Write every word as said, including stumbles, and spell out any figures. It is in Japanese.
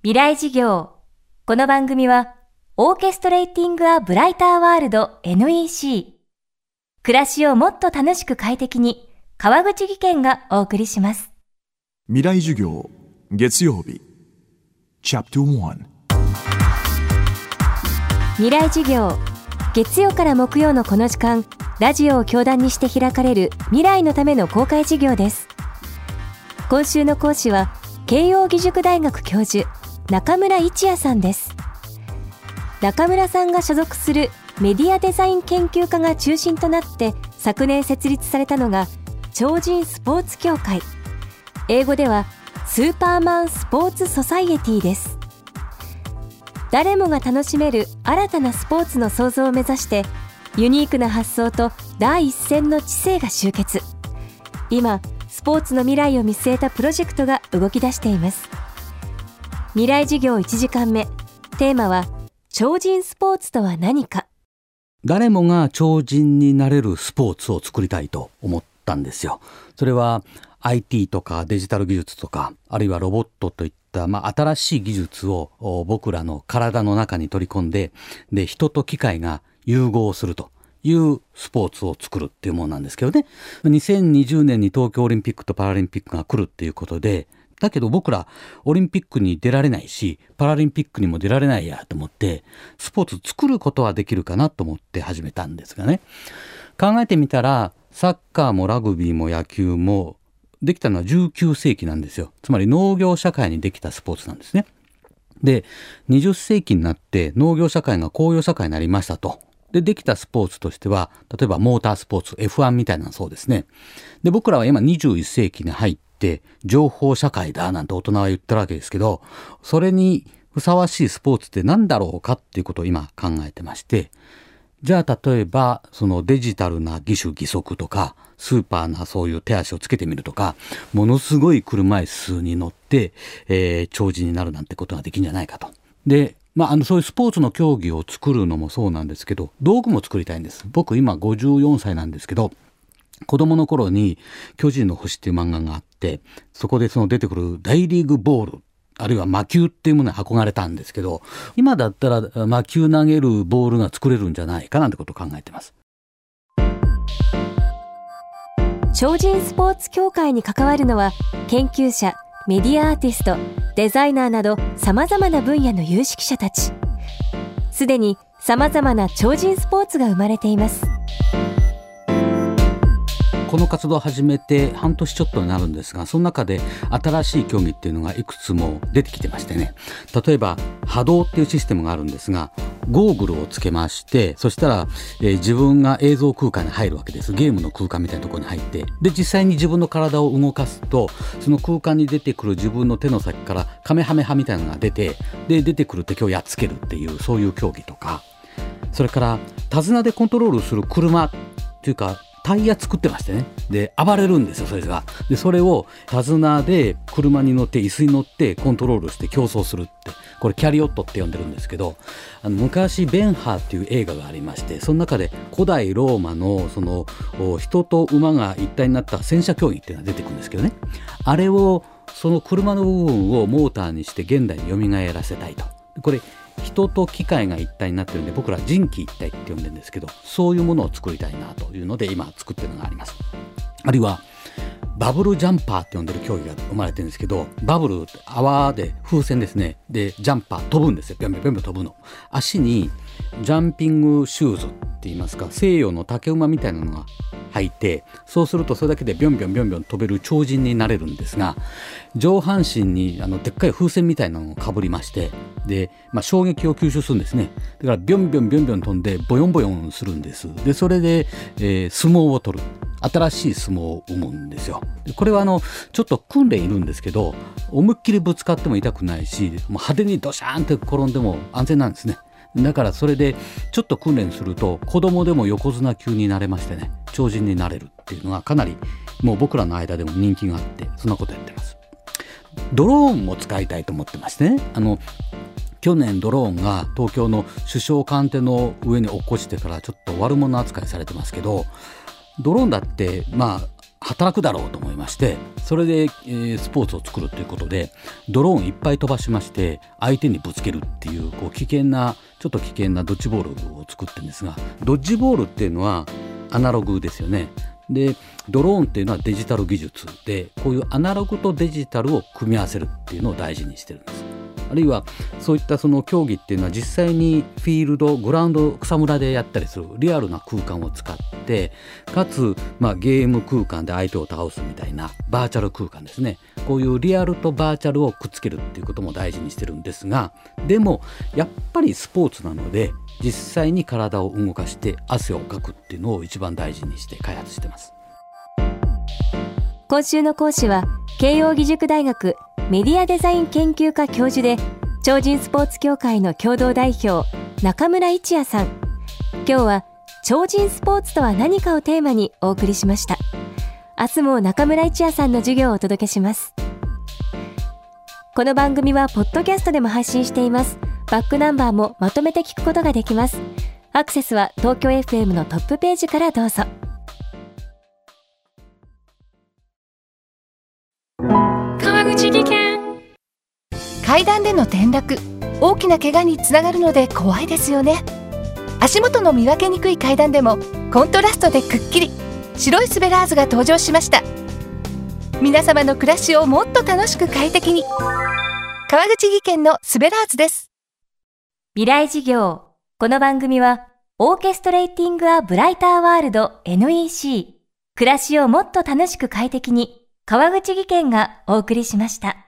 未来事業。この番組はオーケストレーティング・ア・ブライター・ワールド エヌイーシー 暮らしをもっと楽しく快適に川口義賢がお送りします。 未来授業月曜日チャプターワン未来授業月曜から木曜のこの時間、ラジオを教壇にして開かれる未来のための公開授業です。今週の講師は慶應義塾大学教授中村一也さんです。中村さんが所属するメディアデザイン研究家が中心となって昨年設立されたのが超人スポーツ協会、英語ではスーパーマンスポーツソサイエティです。誰もが楽しめる新たなスポーツの創造を目指してユニークな発想と第一線の知性が集結。今スポーツの未来を見据えたプロジェクトが動き出しています。未来授業いちじかんめ、テーマは超人スポーツとは何か。 誰もが超人になれるスポーツを作りたいと思ったんですよ。それは アイティー とかデジタル技術とか、あるいはロボットといった、まあ、新しい技術を僕らの体の中に取り込んで、で人と機械が融合するというスポーツを作るっていうものなんですけどね。にせんにじゅうねんに東京オリンピックとパラリンピックが来るっていうことで、だけど僕らオリンピックに出られないしパラリンピックにも出られないやと思って、スポーツ作ることはできるかなと思って始めたんですがね、考えてみたらサッカーもラグビーも野球もできたのはじゅうきゅうせいきなんですよ。つまり農業社会にできたスポーツなんですね。でにじゅっせいきになって農業社会が工業社会になりましたと。でできたスポーツとしては例えばモータースポーツ エフワン みたいなそうですね。で僕らは今にじゅういっせいきに入って情報社会だなんて大人は言ってるわけですけど、それにふさわしいスポーツって何だろうかっていうことを今考えてまして、じゃあ例えばそのデジタルな義手義足とかスーパーなそういう手足をつけてみるとか、ものすごい車椅子に乗って、えー、超人になるなんてことができるんじゃないかと。でまあ、あのそういうスポーツの競技を作るのもそうなんですけど、道具も作りたいんです。僕今ごじゅうよんさいなんですけど、子供の頃に巨人の星っていう漫画があって、そこでその出てくる大リーグボールあるいは魔球っていうものに憧れたんですけど、今だったら魔球投げるボールが作れるんじゃないかなんてことを考えてます。 超人スポーツ協会に関わるのは研究者、メディアアーティスト、デザイナーなど様々な分野の有識者たち。すでに様々な超人スポーツが生まれています。 この活動を始めて半年ちょっとになるんですが、その中で新しい競技っていうのがいくつも出てきてましてね、例えば波動っていうシステムがあるんですが、ゴーグルをつけまして、そしたら、えー、自分が映像空間に入るわけです。ゲームの空間みたいなところに入って、で実際に自分の体を動かすと、その空間に出てくる自分の手の先からカメハメハみたいなのが出て、で出てくる敵をやっつけるっていう、そういう競技とか、それから手綱でコントロールする車っていうかタイヤ作ってましてね、で暴れるんですよそれが。でそれを手綱で車に乗って椅子に乗ってコントロールして競争するって、これキャリオットって呼んでるんですけど、あの昔ベンハーっていう映画がありまして、その中で古代ローマのその人と馬が一体になった戦車競技っていうのが出てくるんですけどね、あれをその車の部分をモーターにして現代に蘇らせたいと。これ人と機械が一体になってるんで、僕ら人機一体って呼んでるんですけど、そういうものを作りたいなというので今作ってるのがあります。あるいはバブルジャンパーって呼んでる競技が生まれてるんですけど、バブル泡で風船ですね、でジャンパー飛ぶんですよ。ビョンビョンビョンビョン飛ぶの。足にジャンピングシューズって言いますか、西洋の竹馬みたいなのが履いて、そうするとそれだけでビョンビョンビョンビョン飛べる超人になれるんですが、上半身にあのでっかい風船みたいなのをかぶりまして、で、まあ、衝撃を吸収するんですね。だからビョンビョンビョンビョン飛んでボヨンボヨンするんです。でそれで、えー、相撲を取る、新しい相撲を生むんですよ。でこれはあのちょっと訓練いるんですけど、思いっきりぶつかっても痛くないし、もう派手にドシャーンって転んでも安全なんですね。だからそれでちょっと訓練すると子供でも横綱級になれましてね、超人になれるっていうのがかなりもう僕らの間でも人気があって、そんなことやってます。ドローンも使いたいと思ってましてね、あの去年ドローンが東京の首相官邸の上に落っこちてからちょっと悪者扱いされてますけど、ドローンだってまあ働くだろうと思いまして、それで、えー、スポーツを作るということでドローンいっぱい飛ばしまして相手にぶつけるっていう、こう危険なちょっと危険なドッジボールを作ってるんですが、ドッジボールっていうのはアナログですよね。でドローンっていうのはデジタル技術で、こういうアナログとデジタルを組み合わせるっていうのを大事にしてるんです。あるいはそういったその競技っていうのは実際にフィールドグラウンド草むらでやったりするリアルな空間を使って、かつ、まあ、ゲーム空間で相手を倒すみたいなバーチャル空間ですね。こういうリアルとバーチャルをくっつけるっていうことも大事にしてるんですが、でもやっぱりスポーツなので実際に体を動かして汗をかくっていうのを一番大事にして開発してます。 今週の講師は慶應義塾大学メディアデザイン研究科教授で超人スポーツ協会の共同代表中村一也さん。今日は超人スポーツとは何かをテーマにお送りしました。明日も中村一也さんの授業をお届けします。この番組はポッドキャストでも配信しています。バックナンバーもまとめて聞くことができます。アクセスは東京 エフエム のトップページからどうぞ。 川口技研。 階段での転落、大きな怪我につながるので怖いですよね。足元の見分けにくい階段でもコントラストでくっきり白いスベラーズが登場しました。皆様の暮らしをもっと楽しく快適に、川口技研のスベラーズです。 未来事業。この番組はオーケストレーティングアブライターワールド エヌイーシー、 暮らしをもっと楽しく快適に、川口技研がお送りしました。